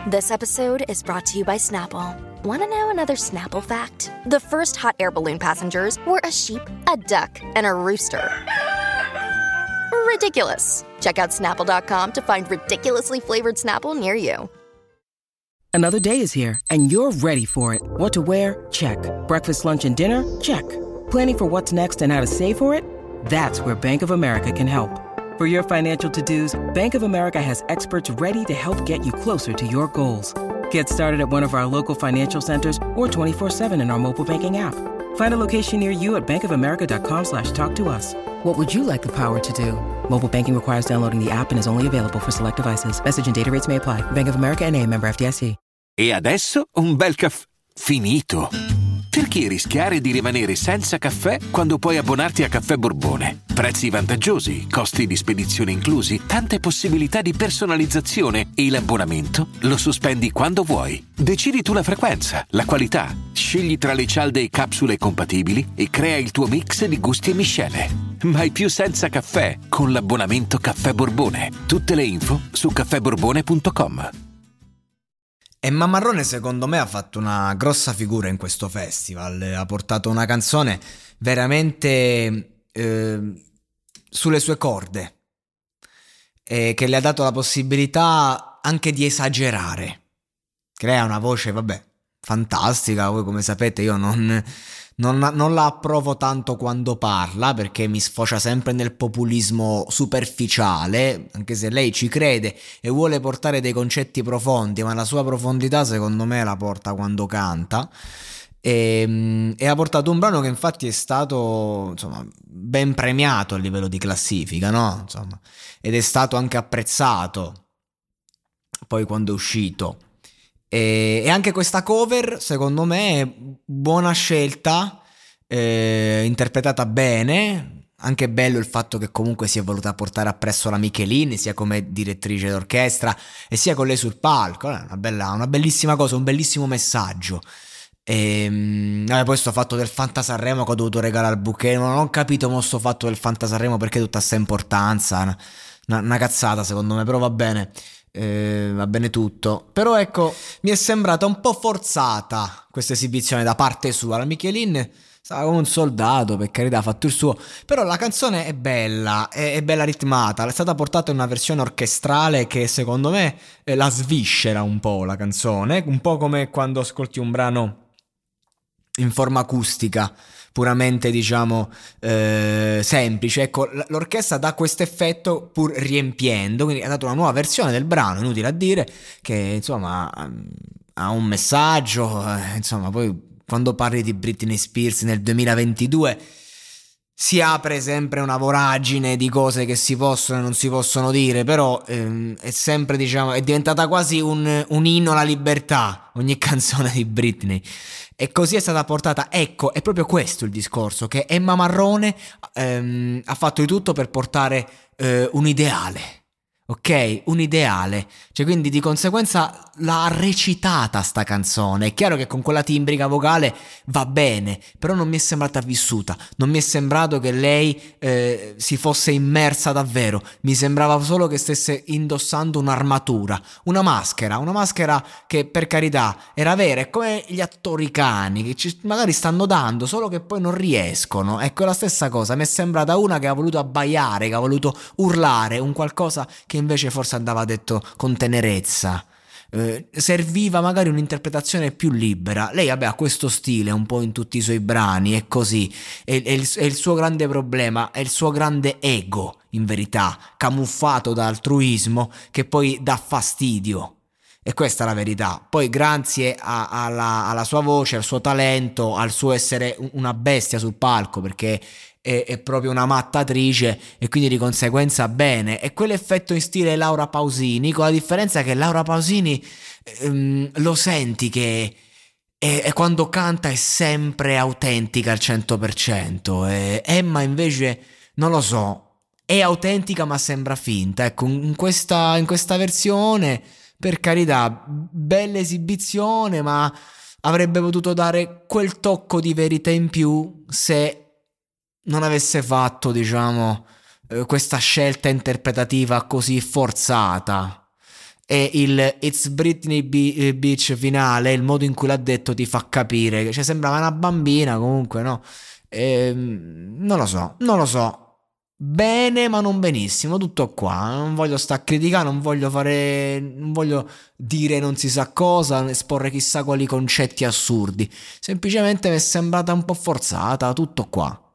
This episode is brought to you by Snapple. Want to know another Snapple fact? The first hot air balloon passengers were a sheep, a duck, and a rooster. Ridiculous. Check out Snapple.com to find ridiculously flavored Snapple near you. Another day is here, and you're ready for it. What to wear? Check. Breakfast, lunch, and dinner? Check. Planning for what's next and how to save for it? That's where Bank of America can help. For your financial to-dos, Bank of America has experts ready to help get you closer to your goals. Get started at one of our local financial centers or 24/7 in our mobile banking app. Find a location near you at bankofamerica.com/talktous. What would you like the power to do? Mobile banking requires downloading the app and is only available for select devices. Message and data rates may apply. Bank of America N.A., member FDIC. E adesso un bel caffè finito. Perché rischiare di rimanere senza caffè quando puoi abbonarti a Caffè Borbone? Prezzi vantaggiosi, costi di spedizione inclusi, tante possibilità di personalizzazione e l'abbonamento lo sospendi quando vuoi. Decidi tu la frequenza, la qualità, scegli tra le cialde e capsule compatibili e crea il tuo mix di gusti e miscele. Mai più senza caffè con l'abbonamento Caffè Borbone. Tutte le info su caffèborbone.com. Emma Marrone secondo me ha fatto una grossa figura in questo festival, ha portato una canzone veramente sulle sue corde, che le ha dato la possibilità anche di esagerare. Crea una voce, fantastica. Voi come sapete io non la approvo tanto quando parla, perché mi sfocia sempre nel populismo superficiale, anche se lei ci crede e vuole portare dei concetti profondi, ma la sua profondità secondo me la porta quando canta. E ha portato un brano che infatti è stato ben premiato a livello di classifica, no? Ed è stato anche apprezzato poi quando è uscito. E anche questa cover secondo me è buona scelta, interpretata bene. Anche bello il fatto che comunque si è voluta portare appresso la Michelin, sia come direttrice d'orchestra e sia con lei sul palco. È una bellissima cosa, un bellissimo messaggio. Poi sto fatto del Fanta Sanremo che ho dovuto regalare al bouquet, non ho capito sto fatto del Fanta Sanremo perché tutta sta importanza, una cazzata secondo me, però va bene tutto. Però ecco, mi è sembrata un po' forzata questa esibizione da parte sua. La Michelin stava come un soldato, per carità, ha fatto il suo, però la canzone è bella, è bella ritmata, è stata portata in una versione orchestrale che secondo me la sviscera un po' la canzone, un po' come quando ascolti un brano in forma acustica, puramente semplice. Ecco, l'orchestra dà questo effetto pur riempiendo, quindi ha dato una nuova versione del brano, inutile a dire, che ha un messaggio, poi quando parli di Britney Spears nel 2022 si apre sempre una voragine di cose che si possono e non si possono dire, però è sempre è diventata quasi un inno alla libertà ogni canzone di Britney, e così è stata portata. Ecco, è proprio questo il discorso, che Emma Marrone ha fatto di tutto per portare un ideale. Ok, un ideale, quindi di conseguenza l'ha recitata sta canzone. È chiaro che con quella timbrica vocale va bene, però non mi è sembrata vissuta, non mi è sembrato che lei si fosse immersa davvero. Mi sembrava solo che stesse indossando un'armatura, una maschera che per carità era vera, è come gli attori cani che magari stanno dando, solo che poi non riescono. Ecco, la stessa cosa, mi è sembrata una che ha voluto abbaiare, che ha voluto urlare un qualcosa che invece forse andava detto con tenerezza. Serviva magari un'interpretazione più libera. Lei ha questo stile un po' in tutti i suoi brani, è così, è il suo grande problema, è il suo grande ego, in verità, camuffato da altruismo, che poi dà fastidio. E questa è la verità. Poi grazie alla sua voce, al suo talento, al suo essere una bestia sul palco, perché è proprio una mattatrice, e quindi di conseguenza bene. E quell'effetto in stile Laura Pausini, con la differenza che Laura Pausini lo senti che quando canta è sempre autentica al 100%. Emma invece non lo so, è autentica ma sembra finta. Ecco, in questa versione, per carità, bella esibizione, ma avrebbe potuto dare quel tocco di verità in più se non avesse fatto, questa scelta interpretativa così forzata. E il It's Britney Beach finale, il modo in cui l'ha detto ti fa capire, cioè sembrava una bambina comunque, no? Non lo so. Bene, ma non benissimo, tutto qua. Non voglio sta a criticare, non voglio dire non si sa cosa, esporre chissà quali concetti assurdi. Semplicemente mi è sembrata un po' forzata, tutto qua.